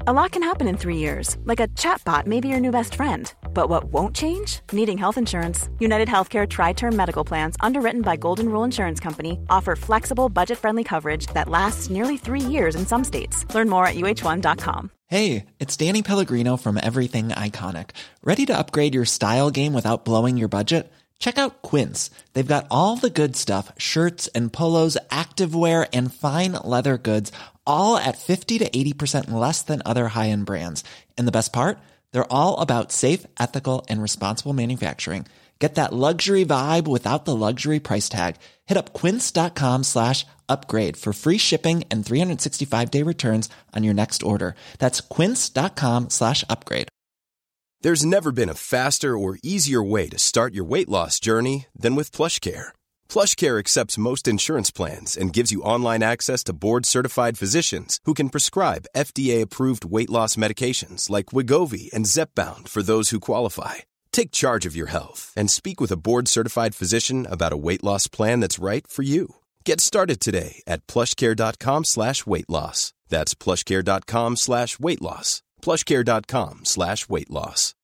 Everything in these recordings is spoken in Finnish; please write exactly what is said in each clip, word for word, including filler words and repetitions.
A lot can happen in three years, like a chatbot may be your new best friend. But what won't change? Needing health insurance. United Healthcare Tri-Term Medical Plans, underwritten by Golden Rule Insurance Company, offer flexible, budget-friendly coverage that lasts nearly three years in some states. Learn more at U H one dot com. Hey, it's Danny Pellegrino from Everything Iconic. Ready to upgrade your style game without blowing your budget? Check out Quince. They've got all the good stuff, shirts and polos, activewear, and fine leather goods, all at fifty to eighty percent less than other high-end brands. And the best part? They're all about safe, ethical, and responsible manufacturing. Get that luxury vibe without the luxury price tag. Hit up quince.com slash upgrade for free shipping and three sixty-five day returns on your next order. That's quince.com slash upgrade. There's never been a faster or easier way to start your weight loss journey than with PlushCare. PlushCare accepts most insurance plans and gives you online access to board-certified physicians who can prescribe F D A-approved weight loss medications like Wegovy and Zepbound for those who qualify. Take charge of your health and speak with a board-certified physician about a weight loss plan that's right for you. Get started today at plushcare.com slash weight loss. That's plushcare.com slash weight loss. plushcare.com slash weight loss.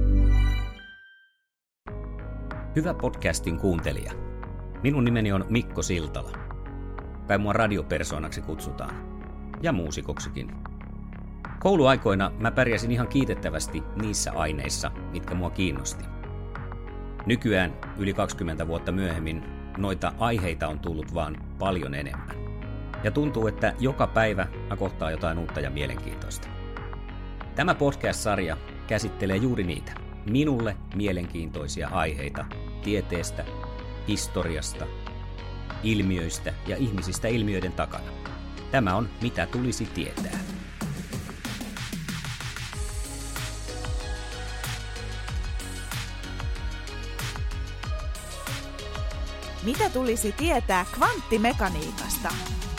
Hyvä podcastin kuuntelija. Minun nimeni on Mikko Siltala. Kai mua radiopersoonaksi kutsutaan. Ja muusikoksikin. Kouluaikoina mä pärjäsin ihan kiitettävästi niissä aineissa, mitkä mua kiinnosti. Nykyään, yli kaksikymmentä vuotta myöhemmin, noita aiheita on tullut vaan paljon enemmän. Ja tuntuu, että joka päivä mä kohtaan jotain uutta ja mielenkiintoista. Tämä podcast-sarja käsittelee juuri niitä, minulle mielenkiintoisia aiheita tieteestä, historiasta, ilmiöistä ja ihmisistä ilmiöiden takana. Tämä on Mitä tulisi tietää. Mitä tulisi tietää kvanttimekaniikasta?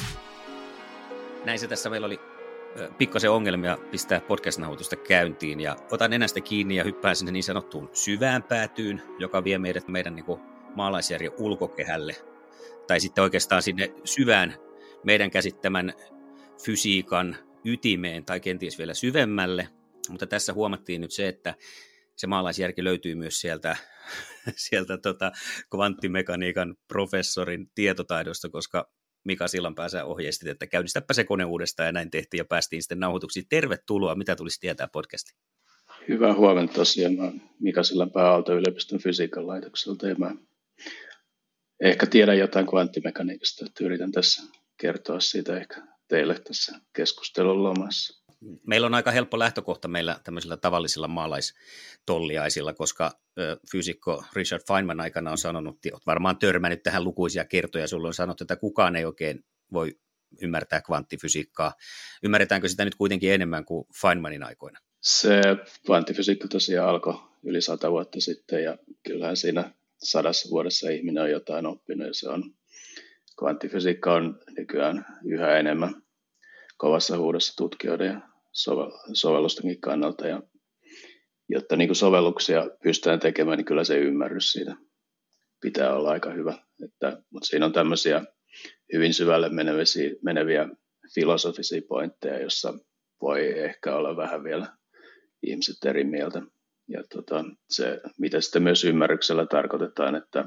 Näin se tässä meillä oli pikkasen ongelmia pistää podcast-nauhoitusta käyntiin ja otan nenästä kiinni ja hyppään sinne niin sanottuun syvään päätyyn, joka vie meidät meidän niin kuin maalaisjärjen ulkokehälle tai sitten oikeastaan sinne syvään meidän käsittämän fysiikan ytimeen tai kenties vielä syvemmälle, mutta tässä huomattiin nyt se, että se maalaisjärki löytyy myös sieltä, sieltä tota kvanttimekaniikan professorin tietotaidosta, koska Mika Sillanpää ohjeistit, että käynnistäpä se kone uudestaan ja näin tehtiin ja päästiin sitten nauhoituksiin. Tervetuloa, mitä tulisi tietää podcastiin? Hyvää huomenta tosiaan. Mä olen Mika Sillanpää Aalto-yliopiston fysiikan laitokselta ja mä ehkä tiedän jotain kvanttimekaniikasta, että yritän tässä kertoa siitä ehkä teille tässä keskustelun lomassa. Meillä on aika helppo lähtökohta meillä tämmöisillä tavallisilla maalaistolliaisilla, koska fyysikko Richard Feynman aikana on sanonut, että olet varmaan törmännyt tähän lukuisia kertoja, sulla on sanottu, että kukaan ei oikein voi ymmärtää kvanttifysiikkaa. Ymmärretäänkö sitä nyt kuitenkin enemmän kuin Feynmanin aikoina? Se kvanttifysiikka tosiaan alkoi yli sata vuotta sitten ja kyllähän siinä sadassa vuodessa ihminen on jotain oppinut ja se on, kvanttifysiikka on nykyään yhä enemmän kovassa huudossa tutkijoiden ja sovellustenkin kannalta. Ja jotta niin kuin sovelluksia pystytään tekemään, niin kyllä se ymmärrys siitä pitää olla aika hyvä. Että, mutta siinä on tämmöisiä hyvin syvälle meneviä, meneviä filosofisia pointteja, joissa voi ehkä olla vähän vielä ihmiset eri mieltä. Ja tota, se, mitä sitten myös ymmärryksellä tarkoitetaan, että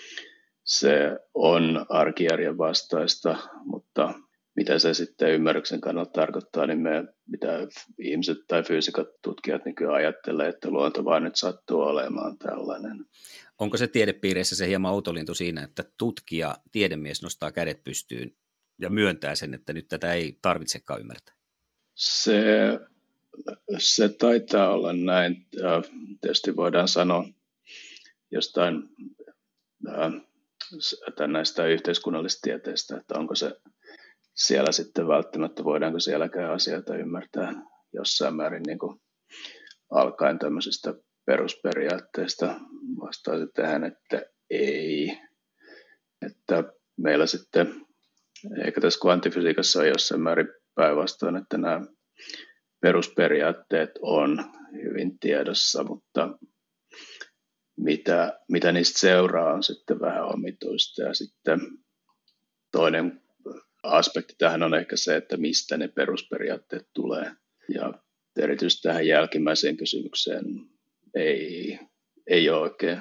se on arkijärjen vastaista, mutta mitä se sitten ymmärryksen kannalta tarkoittaa, niin me, mitä ihmiset tai fyysikat tutkijat nykyään ajattelee, että luonto vaan nyt sattuu olemaan tällainen. Onko se tiedepiireissä se hieman outolintu siinä, että tutkija, tiedemies nostaa kädet pystyyn ja myöntää sen, että nyt tätä ei tarvitsekaan ymmärtää? Se, se taitaa olla näin. Tietysti voidaan sanoa jostain näistä yhteiskunnallisista tieteistä, että onko se siellä sitten välttämättä, voidaanko sielläkään asioita ymmärtää jossain määrin niin kuin alkaen tämmöisistä perusperiaatteista. Vastaisin tähän, että ei. Että meillä sitten, eikä tässä kvanttifysiikassa ole jossain määrin päinvastoin, että nämä perusperiaatteet on hyvin tiedossa, mutta mitä, mitä niistä seuraa on sitten vähän omituista. Ja sitten toinen aspekti tähän on ehkä se, että mistä ne perusperiaatteet tulee. Ja erityisesti tähän jälkimmäiseen kysymykseen ei, ei ole oikein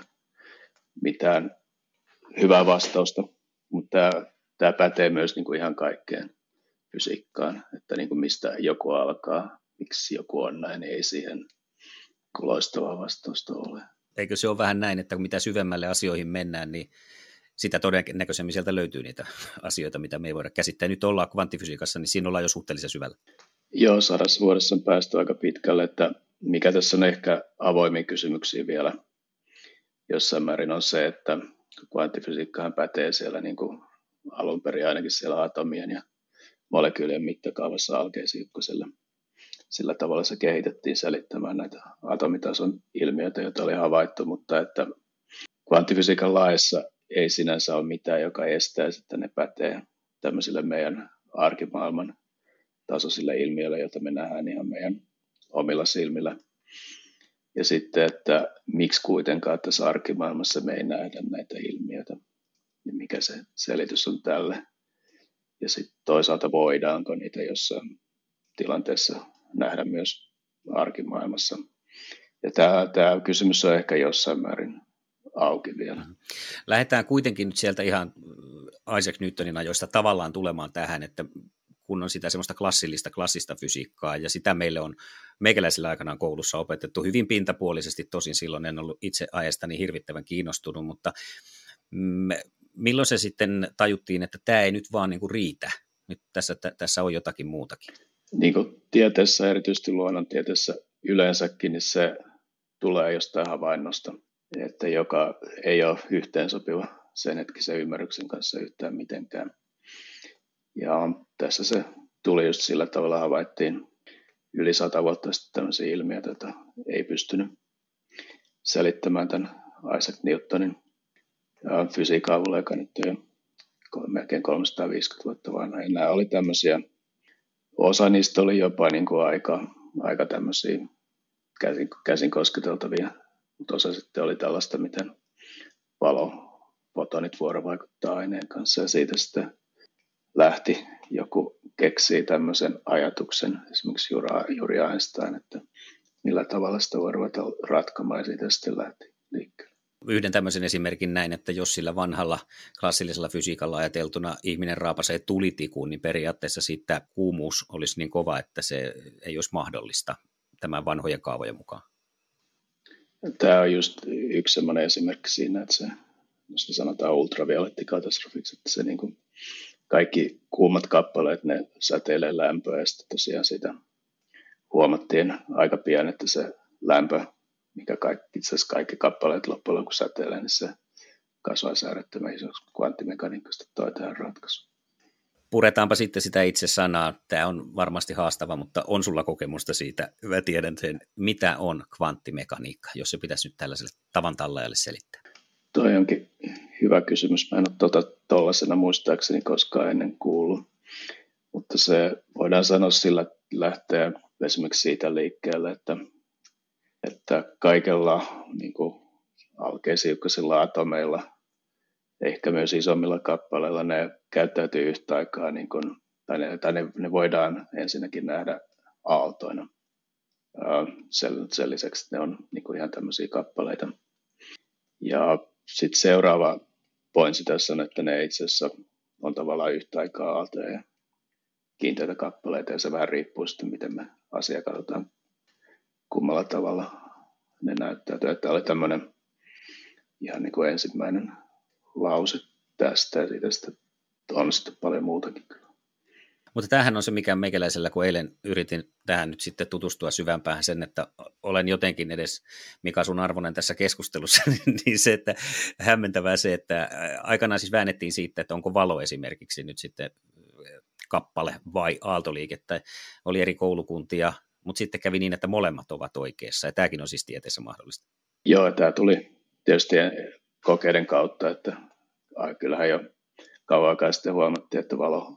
mitään hyvää vastausta, mutta tämä, tämä pätee myös niin kuin ihan kaikkeen fysiikkaan, että niin kuin mistä joku alkaa, miksi joku on näin, niin ei siihen loistavaa vastausta ole. Eikö se ole vähän näin, että mitä syvemmälle asioihin mennään, niin sitä todennäköisemmin sieltä löytyy niitä asioita, mitä me ei voida käsittää. Nyt ollaan kvanttifysiikassa, niin siinä ollaan jo suhteellisen syvällä. Joo, sadassa vuodessa on päästy aika pitkälle, että mikä tässä on ehkä avoimia kysymyksiä vielä jossain määrin on se, että kvanttifysiikkahan pätee siellä niin kuin alun perin ainakin siellä atomien ja molekyylien mittakaavassa alkeisiukkosella. Sillä tavalla se kehitettiin selittämään näitä atomitason ilmiöitä, joita oli havaittu, mutta että kvanttifysiikan laissa ei sinänsä ole mitään, joka estäisi, että ne pätee tämmöisille meidän arkimaailman tasoisille ilmiöille, joita me nähdään ihan meidän omilla silmillä. Ja sitten, että miksi kuitenkaan tässä arkimaailmassa me ei nähdä näitä ilmiöitä, niin mikä se selitys on tälle. Ja sitten toisaalta voidaanko niitä jossain tilanteessa nähdä myös arkimaailmassa. Ja tämä, tämä kysymys on ehkä jossain määrin auki vielä. Lähdetään kuitenkin nyt sieltä ihan Isaac Newtonin ajoista tavallaan tulemaan tähän, että kun on sitä semmoista klassillista, klassista fysiikkaa, ja sitä meille on meikäläisellä aikanaan koulussa opetettu hyvin pintapuolisesti, tosin silloin en ollut itse aiheestani hirvittävän kiinnostunut, mutta me, milloin se sitten tajuttiin, että tämä ei nyt vaan niin kuin riitä, nyt tässä, t- tässä on jotakin muutakin? Niin kuin tieteessä, erityisesti luonnontieteessä yleensäkin, niin se tulee jostain havainnosta, että joka ei ole yhteensopiva sen hetkisen ymmärryksen kanssa yhtään mitenkään. Ja tässä se tuli just sillä tavalla, havaittiin yli sata vuotta sitten tämmöisiä ilmiöitä, joita ei pystynyt selittämään tämän Isaac Newtonin fysiikan avulla, joka nyt on jo melkein kolmesataaviisikymmentä vuotta vanha. Ja nämä oli tämmöisiä, osa niistä oli jopa niin kuin aika, aika tämmöisiä käsin, käsin kosketeltavia, mutta osa sitten oli tällaista, miten valofotonit vuorovaikuttaa aineen kanssa, ja siitä sitten lähti joku keksii tämmöisen ajatuksen, esimerkiksi Juri Einstein, että millä tavalla sitä voi ruveta ratkomaan, ja siitä sitten lähti liikkeelle. Yhden tämmöisen esimerkin näin, että jos sillä vanhalla klassillisella fysiikalla ajateltuna ihminen raapasee tulitikuun, niin periaatteessa siitä kuumuus olisi niin kova, että se ei olisi mahdollista tämän vanhojen kaavojen mukaan. Tämä on just yksi semmoinen esimerkki siinä, että se, josta sanotaan ultraviolettikatastrofiksi, että se niin kuin kaikki kuumat kappaleet, ne säteilee lämpöä, ja sitten tosiaan sitä huomattiin aika pian, että se lämpö, mikä kaikki, itse asiassa kaikki kappaleet loppujen lopuksi säteilee, niin se kasvaisi äärettömän isoksi. Kvanttimekaniikasta toi tähän ratkaisu. Puretaanpa sitten sitä itse sanaa. Tämä on varmasti haastava, mutta on sulla kokemusta siitä? Mä tiedän sen, mitä on kvanttimekaniikka, jos se pitäisi nyt tällaiselle tavan tallajalle selittää. Toi onkin hyvä kysymys. Mä en ole tuota tuollaisena muistaakseni koskaan ennen kuullut. Mutta se voidaan sanoa sillä lähteä esimerkiksi siitä liikkeelle, että, että kaikella niin kuin alkeisiukkosilla atomeilla, ehkä myös isommilla kappaleilla, ne käyttäytyy yhtä aikaa, niin kuin, tai, ne, tai ne, ne voidaan ensinnäkin nähdä aaltoina. Sen, sen lisäksi ne on niin kuin ihan tämmöisiä kappaleita. Ja sitten seuraava pointsi tässä on, että ne itse asiassa on tavallaan yhtä aikaa aaltoja ja kiinteitä kappaleita, ja se vähän riippuu sitten, miten me asia katsotaan, kummalla tavalla ne näyttäytyy. Tämä oli tämmöinen ihan niin kuin ensimmäinen lause tästä, ja siitä sitten on sitten paljon muutakin. Mutta tämähän on se, mikä meikäläisellä, kun eilen yritin tähän nyt sitten tutustua syvämpään sen, että olen jotenkin edes Mika sun arvoinen tässä keskustelussa, niin se, että hämmentävää se, että aikanaan siis väännettiin siitä, että onko valo esimerkiksi nyt sitten kappale vai aaltoliikettä. Oli eri koulukuntia, mutta sitten kävi niin, että molemmat ovat oikeassa, ja tämäkin on siis tieteessä mahdollista. Joo, tämä tuli tietysti kokeiden kautta, että kyllähän jo kauan aikaa sitten huomattiin, että valo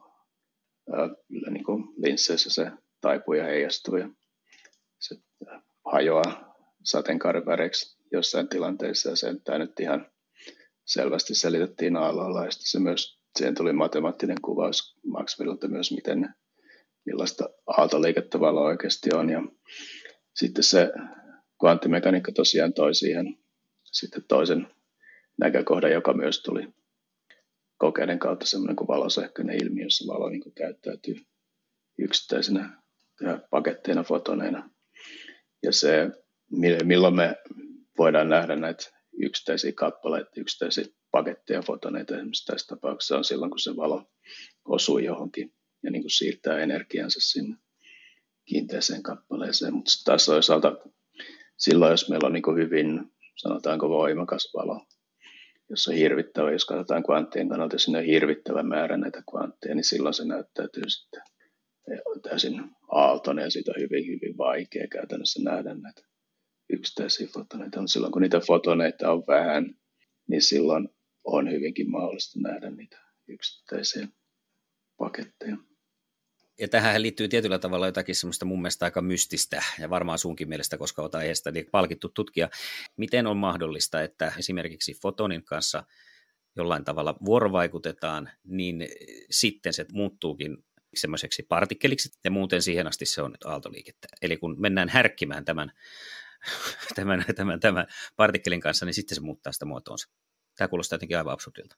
niin kuin linsseissä se taipuu ja heijastuu ja se hajoaa sateenkaaren väreiksi jossain tilanteessa, ja sen tämä nyt ihan selvästi selitettiin aalloilla, ja sitten se myös, siihen tuli matemaattinen kuvaus Maxwellilta myös, miten, millaista aaltoliikettä valo oikeasti on, ja sitten se kvanttimekaniikka tosiaan toi siihen sitten toisen näkökohdan, joka myös tuli kokeiden kautta semmoinen kuin valosähköinen ilmiö, jossa valo niin kuin käyttäytyy yksittäisenä paketteina, fotoneina. Ja se, milloin me voidaan nähdä näitä yksittäisiä kappaleita, yksittäisiä paketteja, fotoneita esimerkiksi tässä tapauksessa on silloin, kun se valo osuu johonkin ja niin kuin siirtää energiansa sinne kiinteäseen kappaleeseen. Mutta taas toisaalta silloin, jos meillä on niin kuin hyvin, sanotaanko voimakas valo, jos on hirvittävä, jos katsotaan kvanttien kannalta, jos on hirvittävä määrä näitä kvantteja, niin silloin se näyttäytyy sitten täysin aaltona ja siitä on hyvin, hyvin vaikea käytännössä nähdä näitä yksittäisiä fotoneita. Mutta silloin kun niitä fotoneita on vähän, niin silloin on hyvinkin mahdollista nähdä niitä yksittäisiä paketteja. Ja tähän liittyy tietyllä tavalla jotakin semmoista mun mielestä aika mystistä ja varmaan sunkin mielestä, koska olet aiheesta niin palkittu tutkija. Miten on mahdollista, että esimerkiksi fotonin kanssa jollain tavalla vuorovaikutetaan, niin sitten se muuttuukin semmoiseksi partikkeliksi ja muuten siihen asti se on aaltoliikettä. Eli kun mennään härkkimään tämän, tämän, tämän, tämän partikkelin kanssa, niin sitten se muuttaa sitä muotoonsa. Tämä kuulostaa jotenkin aivan absurdilta.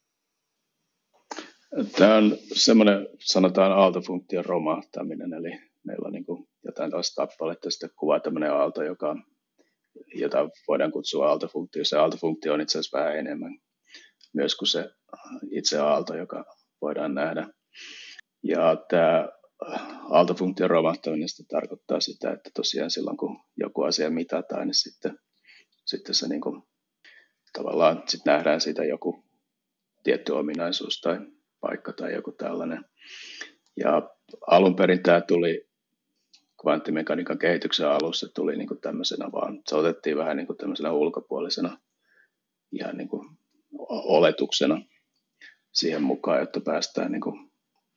Tämä on semmoinen, sanotaan aaltofunktion romahtaminen, eli meillä on niin kuin jotain tällaista kappaletta, sitten kuvaa tämmöinen aalto, joka, jota voidaan kutsua aaltofunktio. Se aaltofunktio on itse asiassa vähän enemmän myös kuin se itse aalto, joka voidaan nähdä. Ja tämä aaltofunktion romahtaminen tarkoittaa sitä, että tosiaan silloin kun joku asia mitataan, niin sitten, sitten se niin kuin, tavallaan sit nähdään siitä joku tietty ominaisuus tai paikka tai joku tällainen. Ja alun perin tämä tuli kvanttimekaniikan kehityksen alussa, tuli niin kuin tämmöisenä vaan, se otettiin vähän niin kuin tämmöisenä ulkopuolisena ihan niin kuin oletuksena siihen mukaan, jotta päästään niin kuin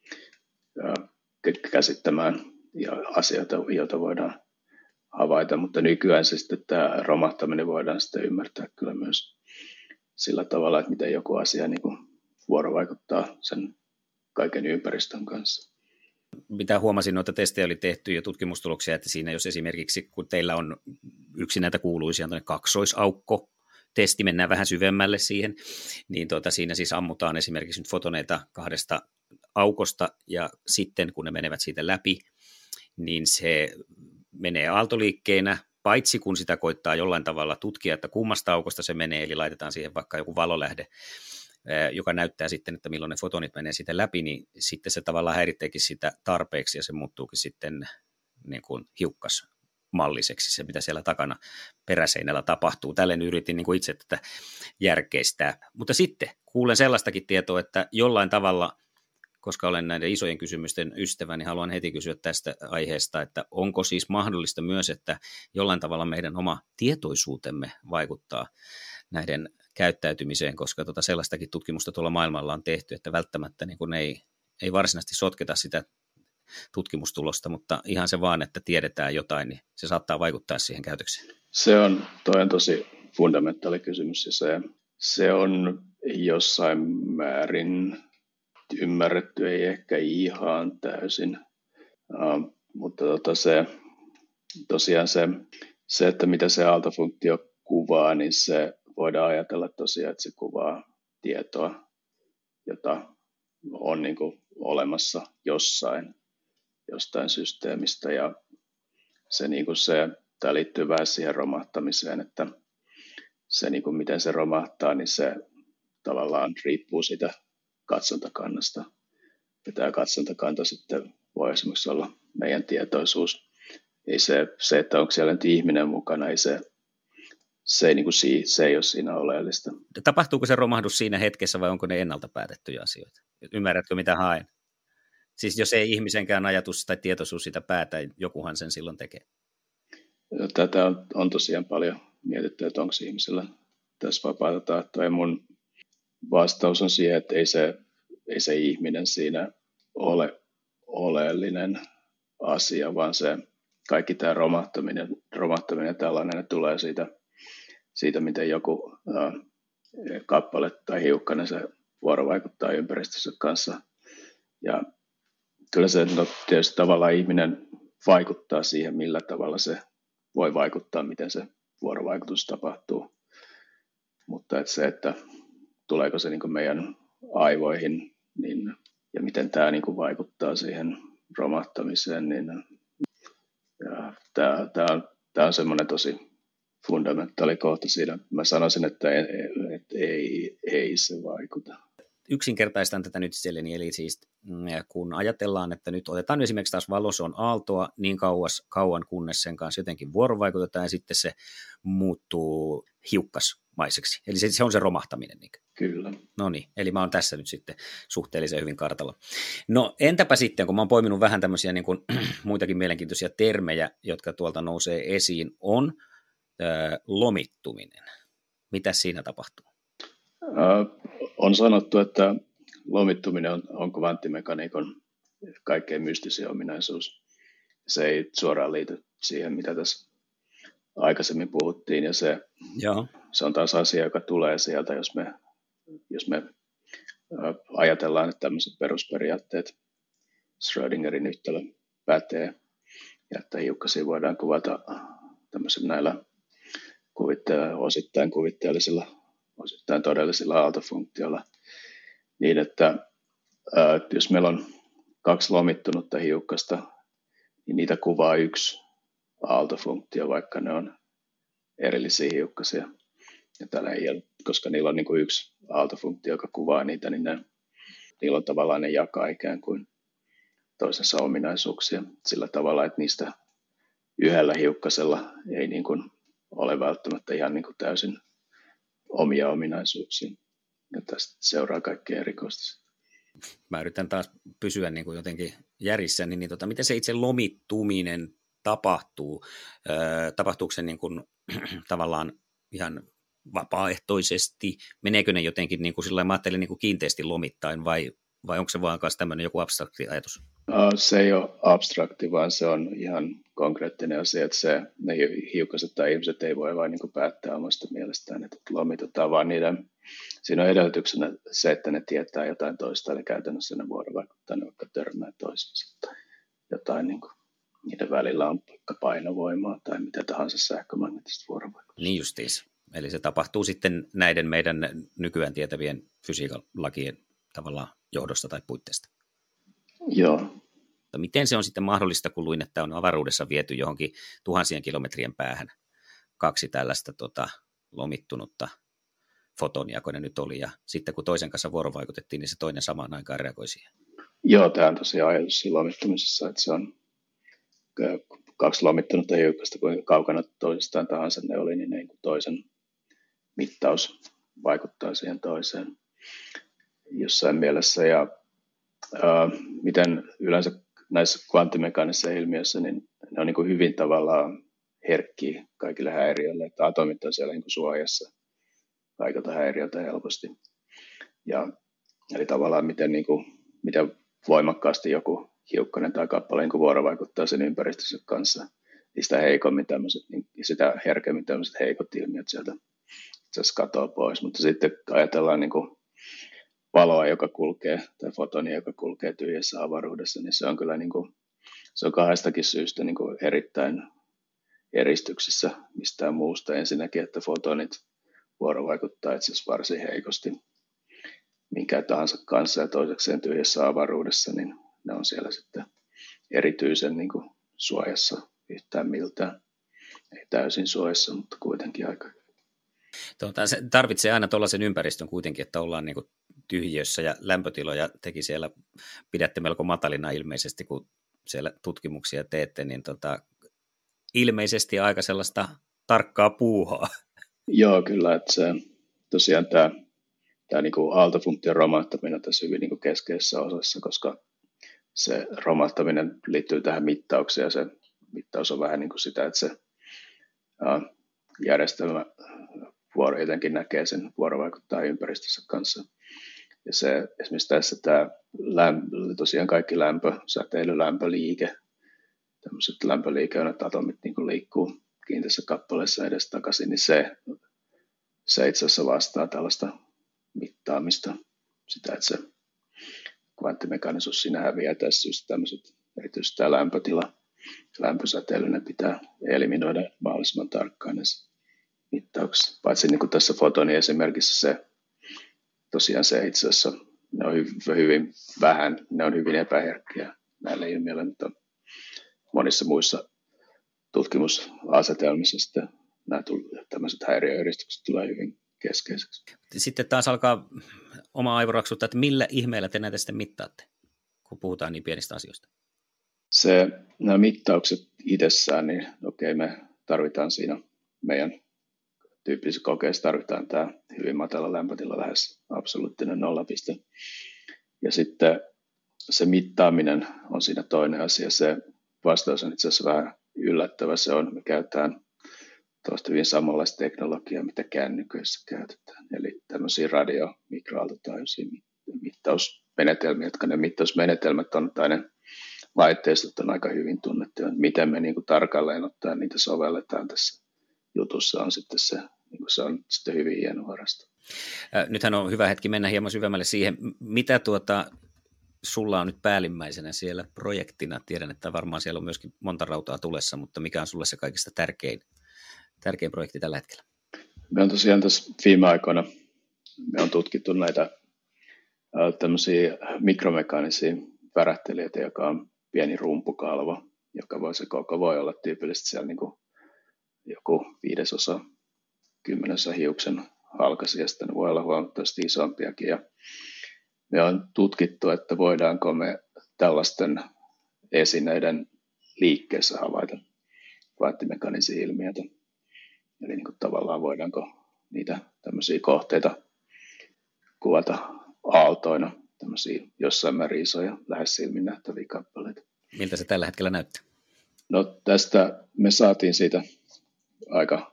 käsittämään ja asioita, joita voidaan havaita, mutta nykyään se sitten tämä romahtaminen voidaan sitten ymmärtää kyllä myös sillä tavalla, että miten joku asia niin kuin vuorovaikuttaa sen kaiken ympäristön kanssa. Mitä huomasin, noita testejä oli tehty ja tutkimustuloksia, että siinä jos esimerkiksi, kun teillä on yksi näitä kuuluisia kaksoisaukko, testi, mennään vähän syvemmälle siihen, niin tuota, siinä siis ammutaan esimerkiksi nyt fotoneita kahdesta aukosta, ja sitten kun ne menevät siitä läpi, niin se menee aaltoliikkeenä, paitsi kun sitä koittaa jollain tavalla tutkia, että kummasta aukosta se menee, eli laitetaan siihen vaikka joku valolähde, joka näyttää sitten, että milloin ne fotonit menee siitä läpi, niin sitten se tavallaan häiritteekin sitä tarpeeksi, ja se muuttuukin sitten niin kuin hiukkasmalliseksi, se mitä siellä takana peräseinällä tapahtuu. Tälleen yritin niin kuin itse tätä järkeistää. Mutta sitten kuulen sellaistakin tietoa, että jollain tavalla, koska olen näiden isojen kysymysten ystävä, niin haluan heti kysyä tästä aiheesta, että onko siis mahdollista myös, että jollain tavalla meidän oma tietoisuutemme vaikuttaa näiden käyttäytymiseen, koska tuota sellaistakin tutkimusta tuolla maailmalla on tehty, että välttämättä niin kuin ei, ei varsinaisesti sotketa sitä tutkimustulosta, mutta ihan se vaan, että tiedetään jotain, niin se saattaa vaikuttaa siihen käytökseen. Se on, toi on tosi fundamentaali kysymys ja se, se on jossain määrin ymmärretty, ei ehkä ihan täysin, uh, mutta tota se, tosiaan se, se, että mitä se aaltofunktio kuvaa, niin se voidaan ajatella tosiaan, että se kuvaa tietoa, jota on niin kuin olemassa jossain, jostain systeemistä. Ja se, niin kuin se, tämä liittyy vähän siihen romahtamiseen, että se, niin kuin miten se romahtaa, niin se tavallaan riippuu siitä katsontakannasta. Ja tämä katsontakanta sitten voi esimerkiksi olla meidän tietoisuus. Ei se, se, että onko siellä nyt ihminen mukana, ei se Se ei, niin kuin, se ei ole siinä oleellista. Tapahtuuko se romahdus siinä hetkessä vai onko ne ennalta päätettyjä asioita? Ymmärrätkö mitä haen? Siis jos ei ihmisenkään ajatus tai tietoisuus sitä päätä, jokuhan sen silloin tekee. Tätä on, on tosiaan paljon mietitty, että onko ihmisellä tässä vapaata tahtoa. Ja mun vastaus on siihen, että ei se, ei se ihminen siinä ole oleellinen asia, vaan se kaikki tämä romahtaminen, romahtaminen tällainen tulee siitä, siitä, miten joku ää, kappale tai hiukkanen se vuorovaikuttaa ympäristössä kanssa. Ja kyllä se no, tietysti tavallaan ihminen vaikuttaa siihen, millä tavalla se voi vaikuttaa, miten se vuorovaikutus tapahtuu. Mutta että se, että tuleeko se niin kuin meidän aivoihin niin, ja miten tämä niin kuin vaikuttaa siihen romahtamiseen, niin ja tämä, tämä on, tämä on semmoinen tosi fundamentaali kohta siinä. Mä sanoisin, että ei, että ei, ei se vaikuta. Yksinkertaistan tätä nyt itselleni, eli siis kun ajatellaan, että nyt otetaan esimerkiksi taas valoson aaltoa niin kauas, kauan, kunnes sen kanssa jotenkin vuorovaikutetaan ja sitten se muuttuu hiukkasmaiseksi. Eli se, se on se romahtaminen. Niin. Kyllä. No niin, eli mä oon tässä nyt sitten suhteellisen hyvin kartalla. No entäpä sitten, kun mä oon poiminut vähän tämmöisiä niin kuin, muitakin mielenkiintoisia termejä, jotka tuolta nousee esiin, on äh, lomittuminen. Mitä siinä tapahtuu? Äh, on sanottu, että lomittuminen on, on kvanttimekaniikon kaikkein mystisin ominaisuus. Se ei suoraan liity siihen, mitä tässä aikaisemmin puhuttiin, ja se, Joo. se on taas asia, joka tulee sieltä, jos me, jos me äh, ajatellaan, että tämmöiset perusperiaatteet Schrödingerin yhtälö pätee, ja että hiukkasia voidaan kuvata tämmöisillä näillä kuvitte- osittain kuvitteellisilla, osittain todellisilla aaltofunktioilla, niin että äh, jos meillä on kaksi lomittunutta hiukkasta, niin niitä kuvaa yksi aaltofunktio, vaikka ne on erillisiä hiukkasia. Ja tällä ei, koska niillä on niin kuin yksi aaltofunktio, joka kuvaa niitä, niin ne, niillä on tavallaan ne jakaa ikään kuin toisensa ominaisuuksia sillä tavalla, että niistä yhdellä hiukkasella ei niin kuin ole välttämättä ihan niin kuin täysin omia ominaisuuksia. Ja tästä seuraa kaikkea erikoista. Mä yritän taas pysyä niin kuin jotenkin järjissä, niin, niin tota, miten se itse lomittuminen tapahtuu? Öö, tapahtuuko se niin kuin, tavallaan ihan vapaaehtoisesti? Meneekö ne jotenkin, niin kuin sillä mä ajattelin, niin kuin kiinteästi lomittain, vai, vai onko se vaan tämmöinen joku abstrakti ajatus? Se ei ole abstrakti, vaan se on ihan konkreettinen asia, että se, ne hiukkaset tai ihmiset ei voi vain niin kuin päättää omasta mielestään, että lomitetaan, vaan niiden, siinä on edellytyksenä se, että ne tietää jotain toista, eli käytännössä ne vuorovaikuttaa, ne vaikka törmää toisensa tai jotain, niin kuin, niiden välillä on vaikka painovoimaa tai mitä tahansa sähkömagneettista vuorovaikutusta. Niin justiis. Eli se tapahtuu sitten näiden meidän nykyään tietävien fysiikan lakien tavallaan johdosta tai puitteista. Joo. Miten se on sitten mahdollista, kun luin, että on avaruudessa viety johonkin tuhansien kilometrien päähän kaksi tällaista tota, lomittunutta fotonia, kun ne nyt oli, ja sitten kun toisen kanssa vuorovaikutettiin, niin se toinen samaan aikaan reagoi siihen. Joo, tämä on tosiaan ajatus siinä lomittumisessa, että se on kaksi lomittunutta hiukkasta, kuinka kaukana toisistaan tahansa ne oli, niin toisen mittaus vaikuttaa siihen toiseen jossain mielessä. Ja ää, miten yleensä näissä kvanttimekaanisissa ilmiöissä, niin ne on niin kuin hyvin tavallaan herkkiä kaikille häiriöille, että atomit on siellä niin kuin suojassa kaikilta häiriöiltä helposti. Ja, eli tavallaan miten, niin kuin, miten voimakkaasti joku hiukkanen tai kappale niin kuin vuorovaikuttaa sen ympäristönsä kanssa, niin sitä heikommin tämmöiset, niin sitä herkemmin tämmöiset heikot ilmiöt sieltä itse asiassa katoaa pois. Mutta sitten ajatellaan niin kuin valoa, joka kulkee, tai fotonia, joka kulkee tyhjässä avaruudessa, niin se on kyllä niin kuin, se on kahdestakin syystä niin kuin erittäin eristyksissä mistään muusta. Ensinnäkin, että fotonit vuorovaikuttaa itse asiassa varsin heikosti minkä tahansa kanssa, ja toisekseen tyhjässä avaruudessa, niin ne on siellä sitten erityisen niin kuin suojassa yhtään miltään. Ei täysin suojassa, mutta kuitenkin aika. Tuota, se tarvitsee aina tuollaisen ympäristön kuitenkin, että ollaan niin kuin tyhjössä, ja lämpötiloja teki siellä, pidätte melko matalina ilmeisesti, kun siellä tutkimuksia teette, niin tota, ilmeisesti aika sellaista tarkkaa puuhaa. Joo, kyllä, että se tosiaan tämä, tämä niin kuin aaltofunktion romahtaminen on tässä hyvin niin kuin keskeisessä osassa, koska se romahtaminen liittyy tähän mittaukseen, ja se mittaus on vähän niin kuin sitä, että se ää, järjestelmä vuoro jotenkin näkee sen vuorovaikuttaa ympäristössä kanssa. Ja se, esimerkiksi tässä tämä lämpö, tosiaan kaikki lämpö, säteily, lämpöliike, tämmöiset lämpöliikeynet, atomit niin kuin liikkuu kiinteässä kappaleessa edes takaisin, niin se, se itse asiassa vastaa tällaista mittaamista, sitä, että se kvanttimekaanisuus siinä häviää tässä syystä tämmöiset, erityisesti tämä lämpötila lämpösäteily, ne pitää eliminoida mahdollisimman tarkkaan näissä mittauksissa. Paitsi niin kuin tässä Fotonin esimerkissä se, tosiaan se itse asiassa, ne on hyvin, hyvin vähän, ne on hyvin epäherkkiä näille ilmiöille, mutta monissa muissa tutkimusasetelmissa sitten nämä tämmöiset häiriöeristykset tulee hyvin keskeiseksi. Sitten taas alkaa oma aivoraksuttaa, että millä ihmeellä te näitä sitten mittaatte, kun puhutaan niin pienistä asioista? Se, nämä mittaukset itsessään, niin okei, me tarvitaan siinä meidän tyyppisessä kokeessa tarvitaan tämä hyvin matala lämpötila, lähes absoluuttinen nollapiste. Ja sitten se mittaaminen on siinä toinen asia. Se vastaus on itse asiassa vähän yllättävä. Se on, me käytetään tuosta hyvin samanlaista teknologiaa, mitä kännyköissä käytetään. Eli tämmöisiä radio- mikroaaltotaajuisia mittausmenetelmiä, jotka ne mittausmenetelmät on, tai ne laitteistot on aika hyvin tunnettu. Miten me niin kuin tarkalleen ottaen niitä sovelletaan tässä jutussa on sitten se, niin kuin se on sitten hyvin hienovaraista. Nythän on hyvä hetki mennä hieman syvemmälle siihen, mitä tuota sulla on nyt päällimmäisenä siellä projektina. Tiedän, että varmaan siellä on myöskin monta rautaa tulessa, mutta mikä on sulle se kaikista tärkein, tärkein projekti tällä hetkellä? Me on tosiaan tässä viime aikoina, me on tutkittu näitä tämmöisiä mikromekaanisia värähtelijöitä, joka on pieni rumpukalvo, joka voi, se koko voi olla tyypillisesti siellä niin kuin joku viidesosa, kymmenessä hiuksen halkaisia, sitten ne voi olla huomattavasti isompiakin. Ja me on tutkittu, että voidaanko me tällaisten esineiden liikkeessä havaita kvanttimekaanisia ilmiöitä. Eli niin kuin tavallaan voidaanko niitä tämmöisiä kohteita kuvata aaltoina, tämmöisiä jossain määrin isoja, lähes silmin nähtäviä kappaleita. Miltä se tällä hetkellä näyttää? No tästä me saatiin siitä aika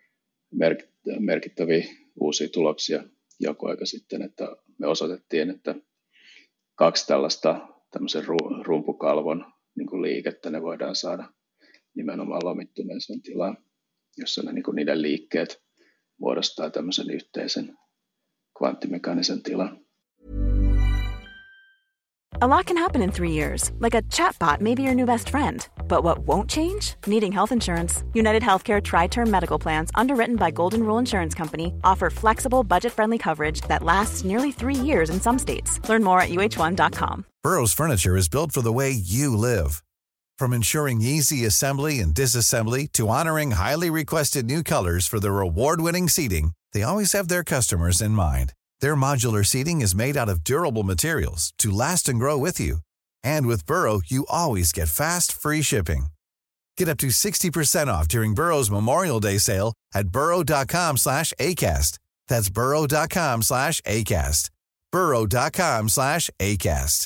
merkittäviä uusia tuloksia joku aika sitten, että me osoitettiin, että kaksi tällaista tämmöisen rumpukalvon niin kuin liikettä ne voidaan saada nimenomaan lomittuneeseen tilaan, jossa ne, niin kuin niiden liikkeet muodostaa tämmöisen yhteisen kvanttimekaanisen tilan. A lot can happen in three years, like a chatbot may be your new best friend. But what won't change? Needing health insurance. United Healthcare Tri-Term Medical Plans, underwritten by Golden Rule Insurance Company, offer flexible, budget-friendly coverage that lasts nearly three years in some states. Learn more at U H one dot com. Burrow's furniture is built for the way you live. From ensuring easy assembly and disassembly to honoring highly requested new colors for their award-winning seating, they always have their customers in mind. Their modular seating is made out of durable materials to last and grow with you. And with Burrow, you always get fast, free shipping. Get up to sixty percent off during Burrow's Memorial Day sale at burrow.com slash ACAST. That's burrow.com slash ACAST. burrow.com slash ACAST.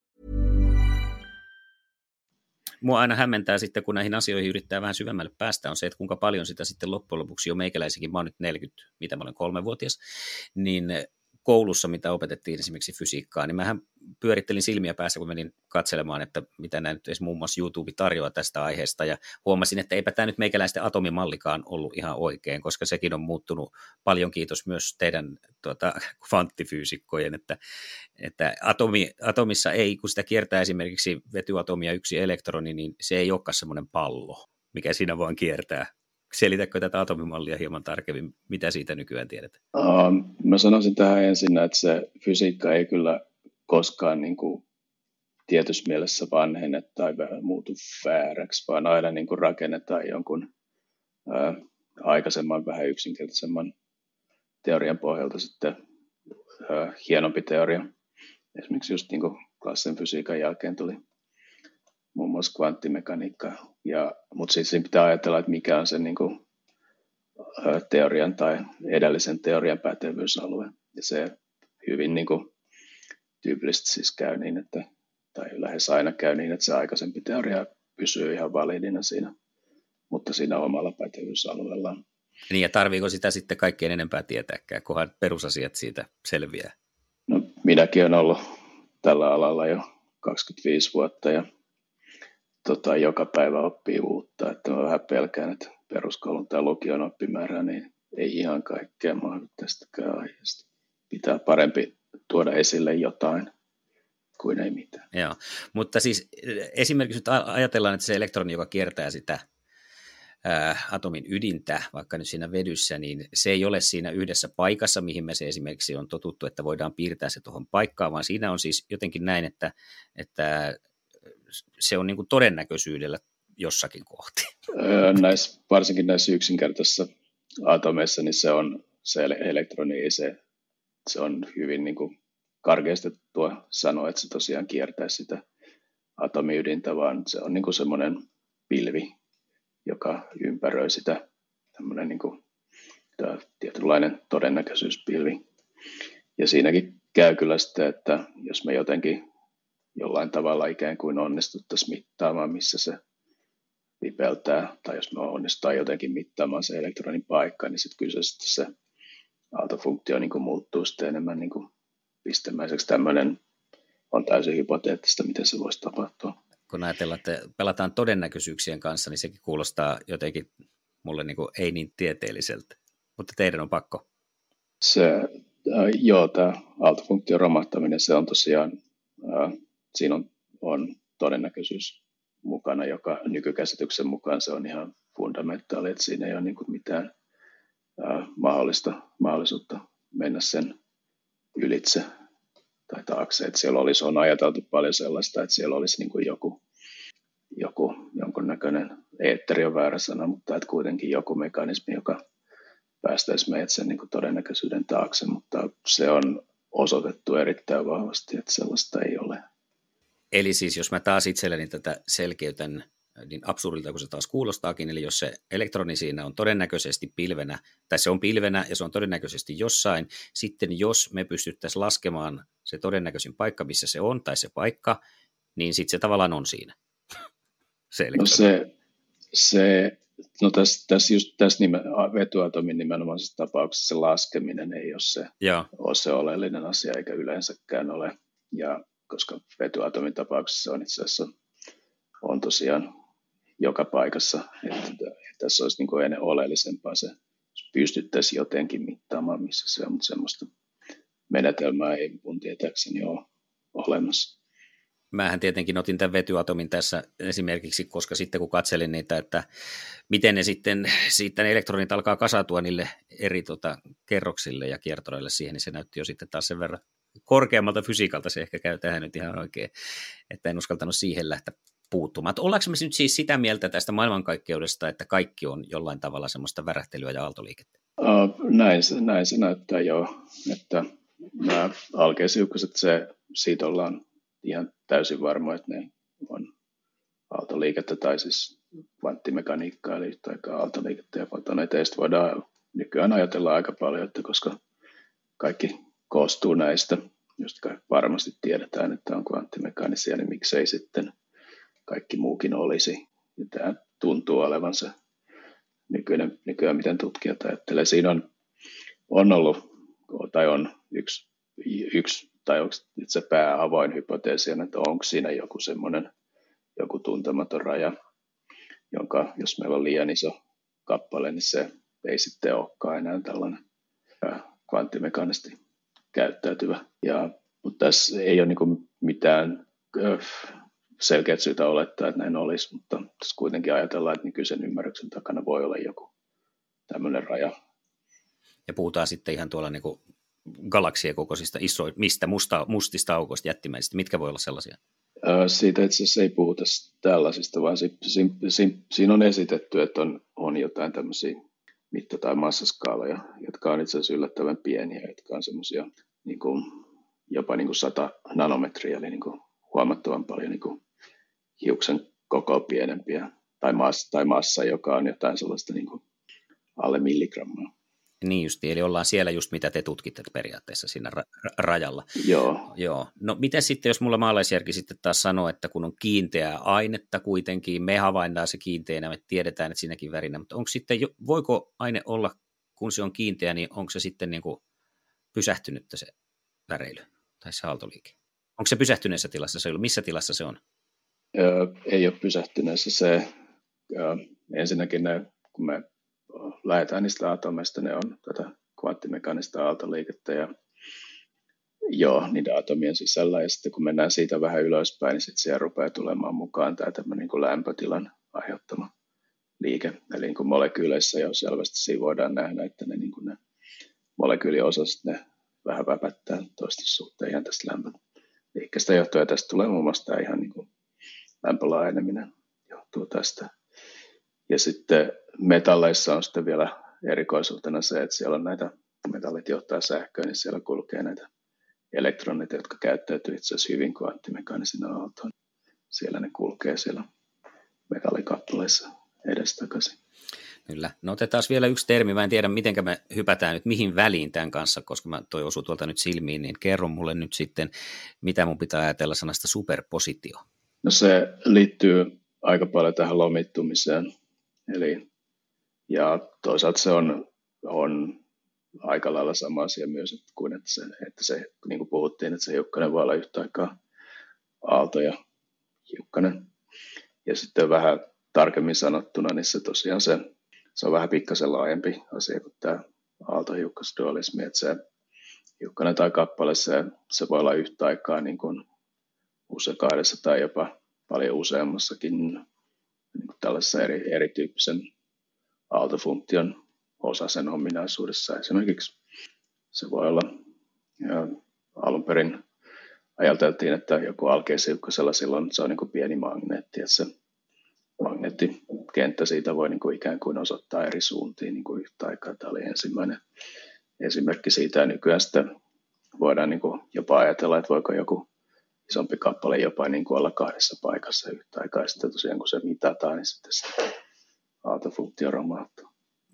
Mua aina hämmentää sitten, kun näihin asioihin yrittää vähän syvemmälle päästä, on se, että kuinka paljon sitä sitten loppujen lopuksi jo meikäläisikin, mä oon nyt neljäkymmentä, mitä mä olen kolmevuotias, niin koulussa, mitä opetettiin esimerkiksi fysiikkaa, niin mähän pyörittelin silmiä päässä, kun menin katselemaan, että mitä nämä nyt edes muun muassa YouTube tarjoaa tästä aiheesta, ja huomasin, että eipä tämä nyt meikäläisten atomimallikaan ollut ihan oikein, koska sekin on muuttunut paljon, kiitos myös teidän tuota, kvanttifyysikkojen, että, että atomi, atomissa ei, kun sitä kiertää esimerkiksi vetyatomia yksi elektroni, niin se ei olekaan semmoinen pallo, mikä siinä vaan kiertää. Selitätkö tätä atomimallia hieman tarkemmin? Mitä siitä nykyään tiedetään? Uh, mä sanoisin tähän ensin, että se fysiikka ei kyllä koskaan niin kuin tietyssä mielessä vanhene tai muutu vääräksi, vaan aina niin kuin rakennetaan jonkun uh, aikaisemman vähän yksinkertaisemman teorian pohjalta sitten uh, hienompi teoria. Esimerkiksi just niin kuin klassisen fysiikan jälkeen tuli muun muassa kvanttimekaniikka. Ja, mutta siis siinä pitää ajatella, että mikä on se niin kuin, teorian tai edellisen teorian pätevyysalue. Ja se hyvin niin kuin, tyypillisesti siis käy niin, että, tai lähes aina käy niin, että se aikaisempi teoria pysyy ihan validina siinä, mutta siinä omalla pätevyysalueellaan. Niin ja tarviiko sitä sitten kaikkein enempää tietääkään, kunhan perusasiat siitä selviää? No minäkin olen ollut tällä alalla jo kaksikymmentäviisi vuotta ja Tota, joka päivä oppii uutta, että mä vähän pelkään, että peruskoulun tai lukion oppimäärää niin ei ihan kaikkea mahdu tästäkään aiheesta. Pitää parempi tuoda esille jotain kuin ei mitään. Joo, mutta siis esimerkiksi nyt ajatellaan, että se elektroni, joka kiertää sitä ää, atomin ydintä, vaikka nyt siinä vedyssä, niin se ei ole siinä yhdessä paikassa, mihin me se esimerkiksi on totuttu, että voidaan piirtää se tuohon paikkaan, vaan siinä on siis jotenkin näin, että, että se on niin kuin todennäköisyydellä jossakin kohti. Näissä, varsinkin näissä yksinkertaisissa atomeissa, niin se on se elektroni, se, se on hyvin niin kuin karkeistettua sanoa, että se tosiaan kiertää sitä atomiydintä, vaan se on niin kuin semmoinen pilvi, joka ympäröi sitä, tämmöinen niin kuin tietynlainen todennäköisyyspilvi. Ja siinäkin käy kyllä sitten, että jos me jotenkin jollain tavalla ikään kuin onnistuttaisiin mittaamaan, missä se vipeltää, tai jos me onnistutaan jotenkin mittaamaan se elektronin paikka, niin sitten kyllä se, se aaltofunktio niin kuin muuttuu sitten enemmän niin kuin pistemäiseksi. Tämmöinen on täysin hypoteettista, miten se voisi tapahtua. Kun ajatellaan, että pelataan todennäköisyyksien kanssa, niin sekin kuulostaa jotenkin mulle niin kuin ei niin tieteelliseltä, mutta teidän on pakko. Se, äh, joo, tämä aaltofunktion romahtaminen, se on tosiaan, äh, siinä on, on todennäköisyys mukana, joka nykykäsityksen mukaan se on ihan fundamentaali, että siinä ei ole niin kuin mitään äh, mahdollista, mahdollisuutta mennä sen ylitse tai taakse, että siellä olisi, on ajateltu paljon sellaista, että siellä olisi niin kuin joku, joku jonkunnäköinen, eetteri on väärä sana, mutta että kuitenkin joku mekanismi, joka päästäisi meidät sen niin kuin todennäköisyyden taakse, mutta se on osoitettu erittäin vahvasti, että sellaista ei ole. Eli siis jos mä taas itselleni tätä selkeytän, niin absurdilta kun se taas kuulostaakin, eli jos se elektroni siinä on todennäköisesti pilvenä, tai se on pilvenä ja se on todennäköisesti jossain, sitten jos me pystyttäisiin laskemaan se todennäköisin paikka, missä se on, tai se paikka, niin sitten se tavallaan on siinä. Se no se, se, no tässä, tässä just tässä nimen, vetyatomin nimenomaisessa tapauksessa se laskeminen ei ole se, ole se oleellinen asia, eikä yleensäkään ole, ja koska vetyatomin tapauksessa on itse asiassa on tosiaan joka paikassa, että, että tässä olisi niin kuin ennen oleellisempaa se, jos pystyttäisiin jotenkin mittaamaan, missä se on, mutta semmoista menetelmää ei mun tietääkseni ole olemassa. Mähän tietenkin otin tämän vetyatomin tässä esimerkiksi, koska sitten kun katselin niitä, että miten ne sitten, siitä ne elektronit alkaa kasautua niille eri tota, kerroksille ja kiertoreille siihen, niin se näytti jo sitten taas sen verran korkeammalta fysiikalta, se ehkä käy tähän nyt ihan oikein, että en uskaltanut siihen lähteä puuttumaan. Ollaanko me nyt siis sitä mieltä tästä maailmankaikkeudesta, että kaikki on jollain tavalla semmoista värähtelyä ja aaltoliikettä? Uh, näin, se, näin se näyttää jo, että nämä alkeisiukkoset, se, siitä ollaan ihan täysin varma, että ne on aaltoliikettä tai siis kvanttimekaniikkaa, eli yhtä aikaa aaltoliikettä ja fotoneita, ja sitten voidaan nykyään ajatella aika paljon, että koska kaikki koostuu näistä, josta varmasti tiedetään, että on kvanttimekaanisia, niin miksei sitten kaikki muukin olisi. Ja tämä tuntuu olevan se nykyinen, nykyään, miten tutkijat ajattelee. Siinä on, on ollut, tai on yksi, yksi tai onko itse pääavoin hypoteesi, että onko siinä joku semmoinen, joku tuntematon raja, jonka jos meillä on liian iso kappale, niin se ei sitten olekaan enää tällainen kvanttimekaanisesti käyttäytyvä. Ja, mutta tässä ei ole niin kuin mitään selkeät syytä olettaa, että näin olisi, mutta tässä kuitenkin ajatellaan, että nykyisen ymmärryksen takana voi olla joku tämmöinen raja. Ja puhutaan sitten ihan tuolla niin kuin galaksien kokoisista isoista, mistä musta, mustista aukoista jättimäisistä, mitkä voi olla sellaisia? Siitä itse asiassa ei puhuta tällaisista, vaan si, si, si, siinä on esitetty, että on, on jotain tämmöisiä mitta- tai massaskaaloja, jotka on itse asiassa yllättävän pieniä, jotka on semmoisia niin kuin, jopa niin kuin sata nanometriä, eli niin kuin huomattavan paljon niin kuin hiuksen koko pienempiä, tai massa, tai massa, joka on jotain sellaista niin kuin alle milligrammaa. Niin justi, eli ollaan siellä just mitä te tutkitte periaatteessa siinä ra- rajalla. Joo. Joo. No miten sitten, jos mulla maalaisjärki sitten taas sanoo, että kun on kiinteää ainetta kuitenkin, me havaintaan se kiinteänä, me tiedetään, että siinäkin värinä, mutta onko sitten, voiko aine olla, kun se on kiinteä, niin onko se sitten niin kuin pysähtynyttä se väreily tai se aaltoliike? Onko se pysähtyneessä tilassa se, missä tilassa se on? Öö, ei ole pysähtyneessä se, öö, ensinnäkin ne, kun me lähdetään niistä atomeista, ne on tätä kvanttimekaanista aaltoliikettä ja Joo, niiden atomien sisällä, ja sitten kun mennään siitä vähän ylöspäin, niin sitten siellä rupeaa tulemaan mukaan tämä tämmöinen niin kuin lämpötilan aiheuttama liike. Eli niin kuin molekyyleissä jo selvästi siinä voidaan nähdä, että ne, niin kuin ne molekyyliosaset, ne vähän väpättää toistus suhteen ihan tästä lämpöliikkeestä johtuen, ja tästä tulee muun muassa tämä ihan niin kuin lämpölaajeneminen johtuu tästä. Ja sitten metalleissa on sitten vielä erikoisuutena se, että siellä on näitä, metallit johtaa sähköön, niin siellä kulkee näitä elektronit, jotka käyttäytyy itse asiassa hyvin kvanttimekaanisina aaltoina. Siellä ne kulkee siellä metallikappaleissa edestakaisin. Kyllä. No otetaan vielä yksi termi. Mä en tiedä, miten me hypätään nyt mihin väliin tämän kanssa, koska mä toi osuu tuolta nyt silmiin, niin kerro mulle nyt sitten, mitä mun pitää ajatella sanasta superpositio. No se liittyy aika paljon tähän lomittumiseen. Eli, ja toisaalta se on, on aika lailla sama asia myös, että kuin että se, että se, niin kuin puhuttiin, että se hiukkanen voi olla yhtä aikaa aalto ja hiukkanen. Ja sitten vähän tarkemmin sanottuna, niin se tosiaan se, se on vähän pikkasen laajempi asia kuin tämä aalto-hiukkasdualismi, että se hiukkanen tai kappale, se, se voi olla yhtä aikaa niin kuin usein kahdessa tai jopa paljon useammassakin niin kuin tällaisessa eri, erityyppisen aaltofunktion osa sen ominaisuudessa. Esimerkiksi se voi olla, ja alun perin ajateltiin, että joku alkeishiukkasella silloin se on niin kuin pieni magneetti, että se magneettikenttä siitä voi niin kuin ikään kuin osoittaa eri suuntiin niin kuin yhtä aikaa. Tämä oli ensimmäinen esimerkki siitä, ja nykyään sitten voidaan niin kuin jopa ajatella, että voiko joku isompi kappale jopa niin kuin olla kahdessa paikassa yhtä aikaa, ja sitten tosiaan kun se mitataan, niin sitten se aaltofunktio romahtuu.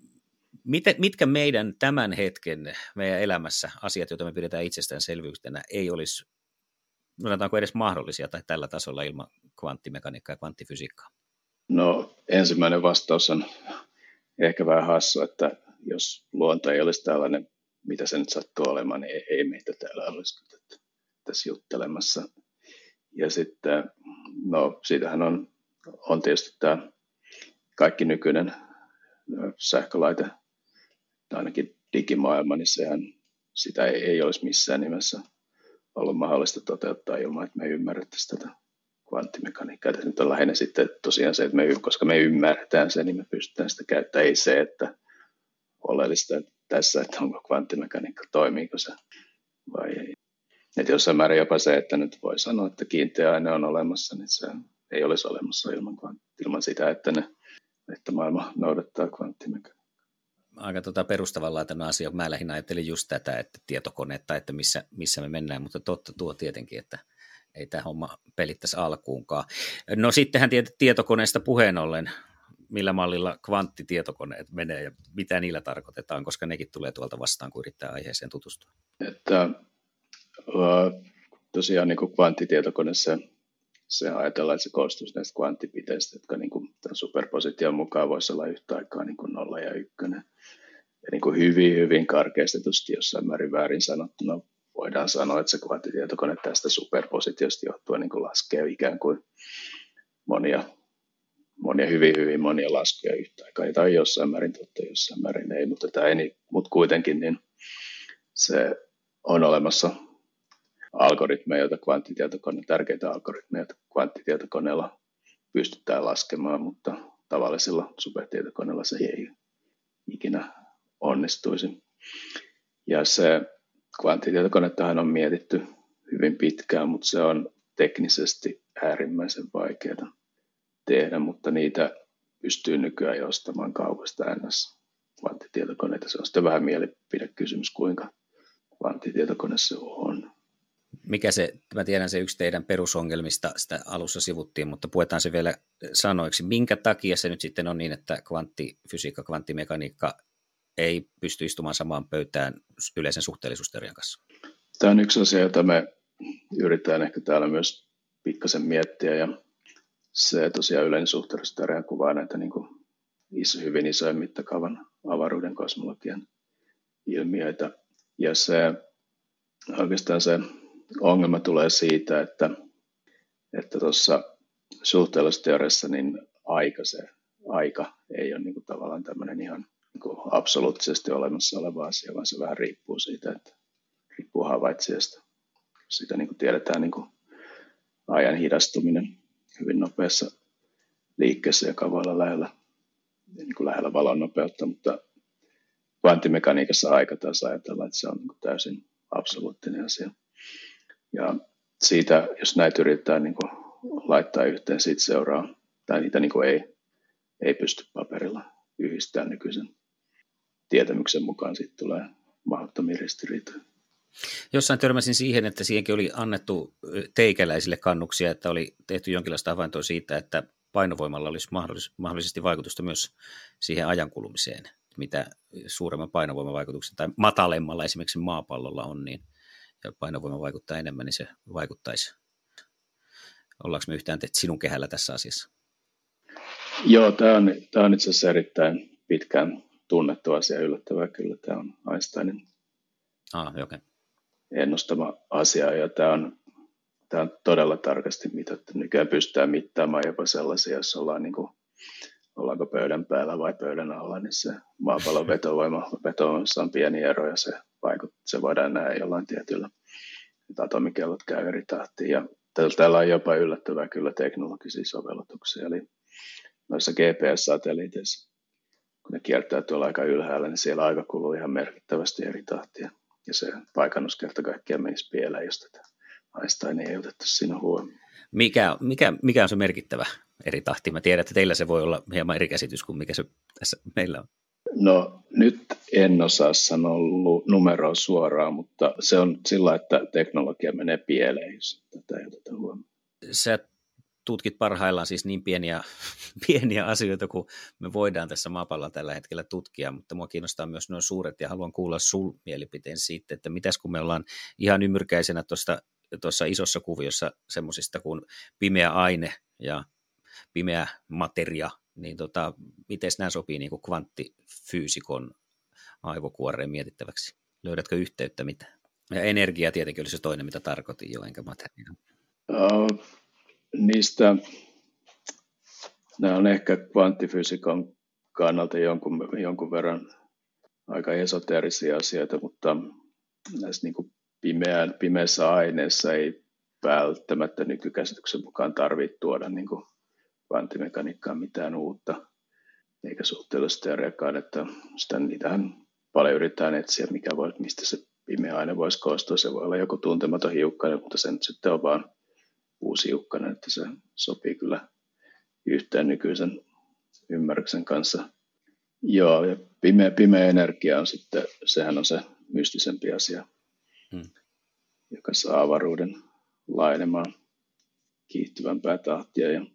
Mitkä meidän tämän hetken meidän elämässä asiat, joita me pidetään itsestäänselvyyksenä, ei olisi, sanotaanko edes mahdollisia tai tällä tasolla ilman kvanttimekaniikkaa ja kvanttifysiikkaa? No ensimmäinen vastaus on ehkä vähän hassu, että jos luonto ei olisi tällainen, mitä se nyt sattuu olemaan, niin ei, ei meitä täällä olisi tässä juttelemassa. Ja sitten, no siitähän on, on tietysti tämä kaikki nykyinen sähkölaite, ainakin digimaailma, niin sehän, sitä ei, ei olisi missään nimessä ollut mahdollista toteuttaa ilman, että me ymmärrettäisiin tätä kvanttimekaniikkaa. Tässä nyt on lähinnä sitten tosiaan se, että me, koska me ymmärretään sen, niin me pystytään sitä käyttämään. Ei se, että oleellista tässä, että onko kvanttimekaniikka, toimiiko se vai ei. Että jossain määrin jopa se, että nyt voi sanoa, että kiinteä aine on olemassa, niin se ei olisi olemassa ilman, ilman sitä, että, ne, että maailma noudattaa kvanttimekaniikkaa. Aika tota perustavanlaatuinen asia. Mä lähinnä ajattelin just tätä, että tietokoneet tai että missä, missä me mennään, mutta totta tuo tietenkin, että ei tämä homma pelittäisi alkuunkaan. No sittenhän tietokoneesta puheen ollen, millä mallilla kvanttitietokoneet menee ja mitä niillä tarkoitetaan, koska nekin tulee tuolta vastaan, kun yrittää aiheeseen tutustua. Että tosiaan niin kuin kvanttitietokone, se, se ajatellaan, että se koostuisi näistä kvanttipiteistä, jotka niin kuin tämän superposition mukaan voisi olla yhtä aikaa niin kuin nolla ja ykkönen. Ja niin kuin hyvin, hyvin karkeistetusti, jossain määrin väärin sanottuna, voidaan sanoa, että se kvanttitietokone tästä superpositiosta johtuen niin kuin laskee ikään kuin monia, monia hyvin, hyvin monia laskuja yhtä aikaa. Tai jossain määrin totta, jossain määrin ei, mutta, tämä ei niin, mutta kuitenkin niin se on olemassa algoritmeja, joita kvanttitietokone, tärkeitä algoritmeja, joita kvanttitietokoneella pystytään laskemaan, mutta tavallisilla supertietokoneella se ei ikinä onnistuisi. Ja se kvanttitietokonettahan on mietitty hyvin pitkään, mutta se on teknisesti äärimmäisen vaikeaa tehdä, mutta niitä pystyy nykyään jo ostamaan kaupasta ns. Kvanttitietokoneita. Se on sitten vähän mielipidekysymys, kuinka kvanttitietokone se on. Mikä se, mä tiedän se yksi teidän perusongelmista, sitä alussa sivuttiin, mutta puetaan se vielä sanoiksi. Minkä takia se nyt sitten on niin, että kvanttifysiikka, kvanttimekaniikka ei pysty istumaan samaan pöytään yleisen suhteellisuusteorian kanssa? Tämä on yksi asia, jota me yritetään ehkä täällä myös pikkasen miettiä, ja se tosiaan yleinen suhteellisuusteoria kuvaa näitä niin kuin iso, hyvin isojen mittakaavan avaruuden kosmologian ilmiöitä, ja se oikeastaan se ongelma tulee siitä, että että tuossa suhteellisuusteoriassa niin aika, se, aika ei ole niin kuin tavallaan tämmöinen ihan niin kuin absoluuttisesti olemassa oleva asia, vaan se vähän riippuu siitä, että riippuu havaitsijasta. Siitä niin kuin tiedetään niin kuin ajan hidastuminen hyvin nopeassa liikkeessä, joka voi olla lähellä, niin kuin lähellä valon nopeutta, mutta kvanttimekaniikassa aika taas ajatellaan, että se on niin kuin täysin absoluuttinen asia. Ja siitä, jos näitä yritetään niin kuin laittaa yhteen, siitä seuraa, tai niitä niin kuin ei, ei pysty paperilla yhdistämään nykyisen tietämyksen mukaan, siitä tulee mahdottomia ristiriitoja. Jossain törmäsin siihen, että siihenkin oli annettu teikäläisille kannuksia, että oli tehty jonkinlaista havaintoa siitä, että painovoimalla olisi mahdollis- mahdollisesti vaikutusta myös siihen ajankulumiseen, mitä suuremman painovoimavaikutuksen tai matalemmalla esimerkiksi maapallolla on, niin ja painovoima vaikuttaa enemmän, niin se vaikuttaisi. Ollaanko me yhtään sinun kehällä tässä asiassa? Joo, tämä on, tämä on itse asiassa erittäin pitkään tunnettu asia, yllättävää kyllä. Tämä on Einsteinin ah, okay. ennustama asia, ja tämä on, tämä on todella tarkasti mitattu. Nykyään pystytään mittaamaan jopa sellaisia, jos ollaan niin kuin, ollaanko pöydän päällä vai pöydän alla, niin se maapallon vetovoima, vetovoimassa on pieni ero, ja se, vaikut, se voidaan nähdä jollain tietyllä, että atomikellot käy eri tahtiin, ja täällä on jopa yllättävää kyllä teknologisia sovellutuksia, eli noissa G P S-satelliiteissa, kun ne kiertää tuolla aika ylhäällä, niin siellä aika kuluu ihan merkittävästi eri tahtia. Ja se paikannus kerta kaikkiaan menisi pieleen, jos tätä Einsteinia ei otettu siinä huomioon. Mikä, mikä, mikä on se merkittävä eri tahti? Mä tiedän, että teillä se voi olla hieman eri käsitys kuin mikä se tässä meillä on. No nyt en osaa sanoa numeroa suoraan, mutta se on sillä, että teknologia menee pieleen, jos tätä ei oteta huomioon. Sä tutkit parhaillaan siis niin pieniä, pieniä asioita kuin me voidaan tässä maapallolla tällä hetkellä tutkia, mutta mua kiinnostaa myös nuo suuret ja haluan kuulla sun mielipiteen siitä, että mitäs kun me ollaan ihan ymmyrkäisenä tuossa isossa kuviossa semmoisista kuin pimeä aine ja pimeä materia, niin tota, miten nämä sopii niin kuin kvanttifyysikon aivokuoreen mietittäväksi? Löydätkö yhteyttä mitään? Ja energia tietenkin oli se toinen, mitä tarkoitin jo, enkä materia. Uh. Niistä, nämä on ehkä kvanttifysiikan kannalta jonkun, jonkun verran aika esoteerisia asioita, mutta näissä niin kuin pimeän, pimeässä aineessa ei välttämättä nykykäsityksen mukaan tarvitse tuoda niin kuin kvanttimekaniikkaan mitään uutta, eikä suhteellisuusteoriakaan, että sitä niitähän paljon yritetään etsiä, mikä voi, mistä se pimeä aine voisi koostua. Se voi olla joku tuntematon hiukkainen, mutta se nyt sitten on vaan uusi hiukkainen, että se sopii kyllä yhteen nykyisen ymmärryksen kanssa. Joo, ja pimeä, pimeä energia on sitten, sehän on se mystisempi asia, hmm. joka saa avaruuden laajenemaan kiihtyvämpää tahtia. Ja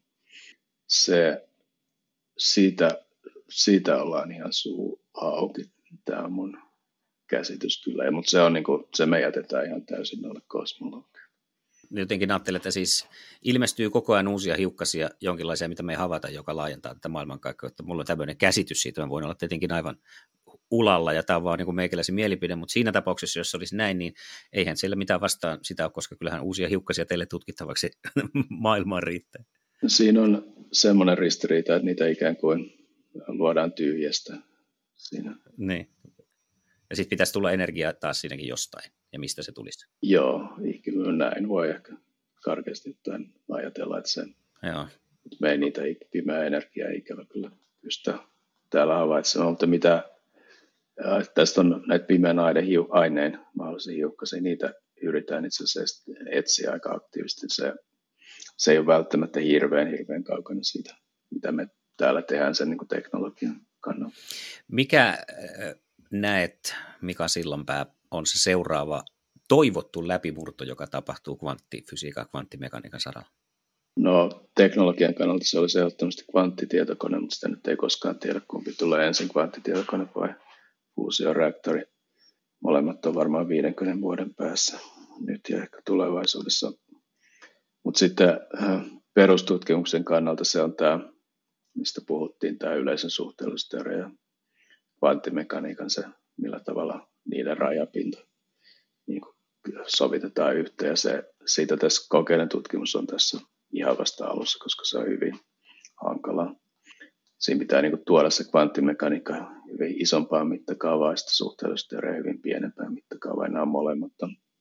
se, siitä, siitä ollaan ihan suu auki. Tämä on mun käsitys kyllä, mutta se, on niin kuin, se me jätetään ihan täysin noille kosmologeille. Jotenkin ajattelen, että siis ilmestyy koko ajan uusia hiukkasia, jonkinlaisia, mitä me ei havaita, joka laajentaa tätä maailmankaikkeutta. Mulla on tämmöinen käsitys siitä, mä voin olla tietenkin aivan ulalla, ja tämä on vaan niin kuin meikäläisen mielipide, mutta siinä tapauksessa, jos se olisi näin, niin eihän siellä mitään vastaan sitä ole, koska kyllähän uusia hiukkasia teille tutkittavaksi maailmaan riittää. Siinä on semmoinen ristiriita, että niitä ikään kuin luodaan tyhjästä siinä. Niin. Ja sitten pitäisi tulla energiaa taas siinäkin jostain. Ja mistä se tulisi? Joo, kyllä näin voi ehkä karkeasti jotain ajatella, että sen, Joo. me ei niitä pimeää energiaa ikävä kyllä pystytä täällä havaitsemaan, mutta mitä tästä on näitä pimeän aineen mahdollisia hiukkasia, niitä yritetään itse asiassa etsiä aika aktiivisesti. Se, se ei ole välttämättä hirveän, hirveän kaukana siitä, mitä me täällä tehdään sen niin kuin teknologian kannalta. Mikä näet, Mika Sillanpää, on se seuraava toivottu läpimurto, joka tapahtuu kvanttifysiikan ja kvanttimekaniikan saralla? No teknologian kannalta se olisi ehdottomasti kvanttitietokone, mutta sitä nyt ei koskaan tiedä, kumpi tulee ensin, kvanttitietokone vai fuusioreaktori. Molemmat on varmaan viidenkymmenen vuoden päässä nyt ja ehkä tulevaisuudessa. Mutta sitten perustutkimuksen kannalta se on tämä, mistä puhuttiin, tämä yleisen suhteellisuusteoria ja kvanttimekaniikan se, millä tavalla niiden rajapinta niin sovitetaan yhteen. Ja se, siitä tässä kokeinen tutkimus on tässä ihan vasta alussa, koska se on hyvin hankalaa. Siinä pitää niin kuin tuoda se kvanttimekaniikka hyvin isompaan mittakaavaan ja sitten suhteellisuusteoria hyvin pienempään mittakaavaan. Nämä molemmat on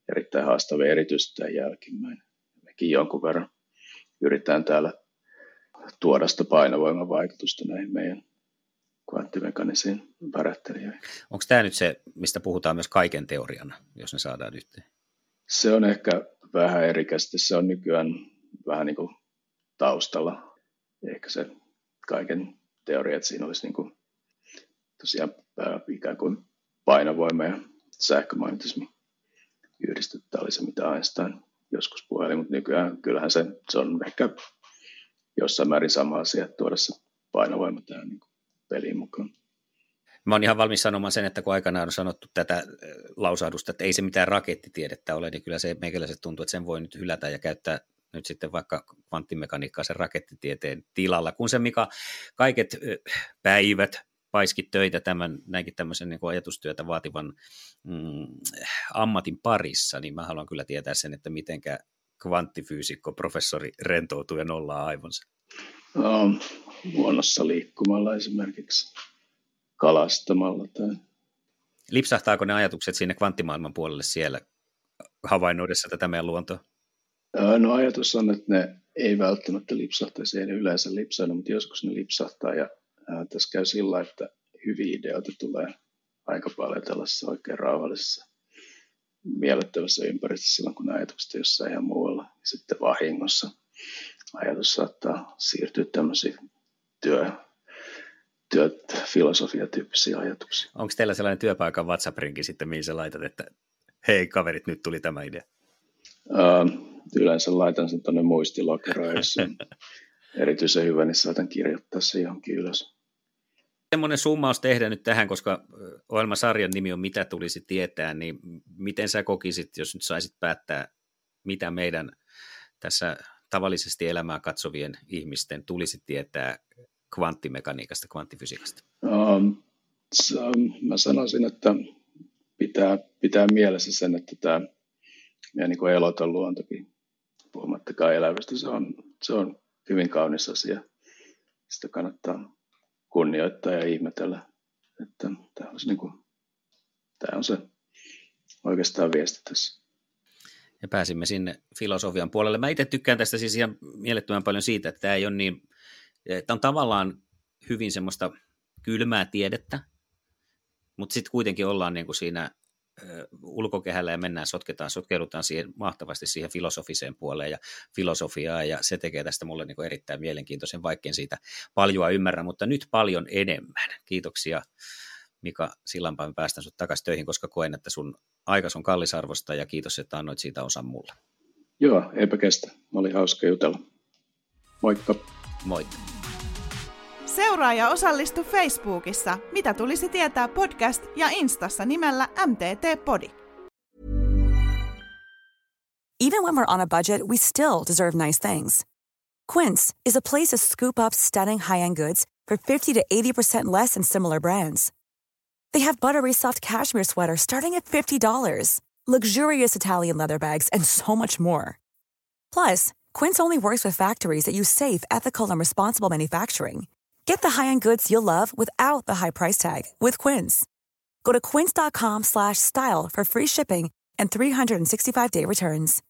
erittäin haastavia, erityisesti tämän jälkimmäinen. Mekin jonkun verran yritetään täällä tuoda sitä painovoiman vaikutusta näihin meidän kvanttimekanisiin värähtelijöihin. Onko tämä nyt se, mistä puhutaan myös kaiken teoriana, jos ne saadaan yhteen? Se on ehkä vähän eri käsite. Se on nykyään vähän niin kuin taustalla. Ehkä se kaiken teoria, että siinä olisi niin kuin tosiaan ikään kuin painovoima ja sähkömagnetismi yhdistettä oli se, mitä Einstein joskus puheli, mutta nykyään kyllähän se, se on ehkä jossain määrin sama asia, että tuoda se painovoima tähän niin kuin peliin mukaan. Mä oon ihan valmis sanomaan sen, että kun aikanaan on sanottu tätä lausahdusta, että ei se mitään rakettitiedettä ole, niin kyllä se meikäläiset tuntuu, että sen voi nyt hylätä ja käyttää nyt sitten vaikka kvanttimekaniikkaa sen rakettitieteen tilalla, kun se Mika kaiket päivät paiskit töitä tämän, näinkin tämmöisen niin kuin ajatustyötä vaativan mm, ammatin parissa, niin mä haluan kyllä tietää sen, että mitenkä kvanttifyysikko, professori rentoutuu ja nollaa aivonsa. No, luonnossa liikkumalla esimerkiksi, kalastamalla. Tai... Lipsahtaako ne ajatukset sinne kvanttimaailman puolelle siellä havainnoidessa tätä meidän luontoa? No ajatus on, että ne ei välttämättä lipsahtaisi, ei ne yleensä lipsahda, mutta joskus ne lipsahtaa ja ää, tässä käy sillä, että hyviä ideoita tulee aika paljon tällaisessa oikein rauhallisessa, miellyttävässä ympäristössä silloin, kun ajatukset on jossain ihan muualla. Sitten vahingossa ajatus saattaa siirtyä tämmöisiin työ, työt, filosofiatyyppisiä ajatuksia. Onko teillä sellainen työpaikan WhatsApp-rinki sitten, mihin sä laitat, että hei kaverit, nyt tuli tämä idea? Uh, yleensä laitan sen tuonne muistilokeroon, jos on erityisen hyvä, niin saatan kirjoittaa se johonkin ylös. Semmoinen summaus tehdä nyt tähän, koska ohjelmasarjan nimi on Mitä tulisi tietää, niin miten sä kokisit, jos nyt saisit päättää, mitä meidän tässä tavallisesti elämää katsovien ihmisten tulisi tietää kvanttimekaniikasta, kvanttifysiikasta? Um, so, mä sanoisin, että pitää, pitää mielessä sen, että tämä meidän niin kuin eloton luontokin, puhumattakaan elävästä, se on, se on hyvin kaunis asia. Sitä kannattaa kunnioittaa ja ihmetellä. Että tämä, olisi niin kuin, tämä on se oikeastaan viesti tässä. Ja pääsimme sinne filosofian puolelle. Mä itse tykkään tästä siis ihan mielettömän paljon siitä, että tämä ei ole niin, että on tavallaan hyvin semmoista kylmää tiedettä, mutta sitten kuitenkin ollaan niin kuin siinä ulkokehällä ja mennään, sotketaan, sotkeudutaan siihen mahtavasti siihen filosofiseen puoleen ja filosofiaan, ja se tekee tästä mulle niin kuin erittäin mielenkiintoisen, vaikkei siitä paljoa ymmärrä, mutta nyt paljon enemmän. Kiitoksia Mika Sillanpää, päästän sut takaisin töihin, koska koen, että sun aikas on kallisarvosta, ja kiitos, että annoit siitä osan mulle. Joo, eipä kestä. Oli hauska jutella. Moikka. Moi. Seuraa ja osallistu Facebookissa Mitä tulisi tietää podcast ja Instassa nimellä M T T Podi. Even when we're on a budget, we still deserve nice things. Quince is a place to scoop up stunning high-end goods for fifty to eighty percent less than similar brands. They have buttery soft cashmere sweaters starting at fifty dollars, luxurious Italian leather bags, and so much more. Plus, Quince only works with factories that use safe, ethical, and responsible manufacturing. Get the high-end goods you'll love without the high price tag with Quince. Go to quince dot com slash style for free shipping and three sixty-five day returns.